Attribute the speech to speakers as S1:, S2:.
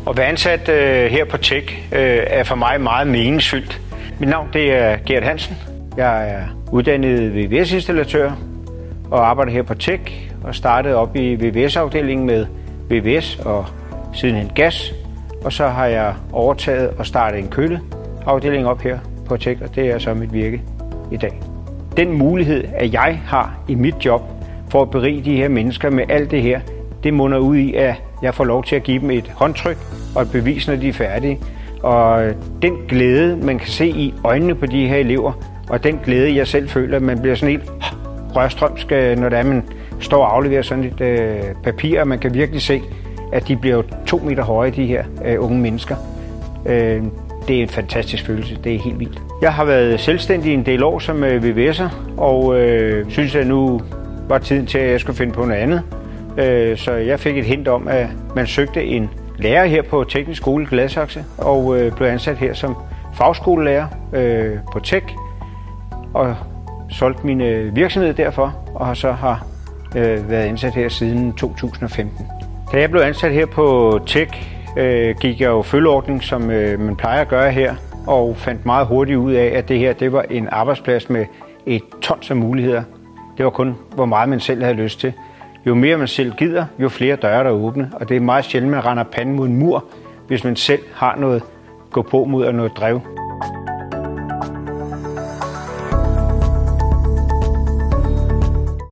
S1: At være ansat her på Tech er for mig meget meningsfyldt. Mit navn det er Gert Hansen. Jeg er uddannet VVS-installatør og arbejder her på Tech og startede op i VVS-afdelingen med VVS og sidenhen gas. Og så har jeg overtaget og startet en køleafdeling op her på Tech, og det er så mit virke i dag. Den mulighed, at jeg har i mit job for at berige de her mennesker med alt det her, det munder ud i, at jeg får lov til at give dem et håndtryk og et bevis, når de er færdige. Og den glæde, man kan se i øjnene på de her elever, og den glæde, jeg selv føler, man bliver sådan helt rørstrømsk, når det er, man står og afleverer sådan et papir, og man kan virkelig se, at de bliver 2 meter høje, de her unge mennesker. Det er en fantastisk følelse. Det er helt vildt. Jeg har været selvstændig en del år som VVS'er, og synes, at nu var tiden til, at jeg skulle finde på noget andet. Så jeg fik et hint om, at man søgte en lærer her på Teknisk Skole i Gladsaxe, og blev ansat her som fagskolelærer på Tech, og solgte min virksomhed derfor, og så har været ansat her siden 2015. Da jeg blev ansat her på Tech, gik jeg jo følgeordning, som man plejer at gøre her, og fandt meget hurtigt ud af, at det her det var en arbejdsplads med et tons af muligheder. Det var kun, hvor meget man selv havde lyst til. Jo mere man selv gider, jo flere døre der åbne, og det er meget sjældent, man render panden mod en mur, hvis man selv har noget gå på mod og noget drev.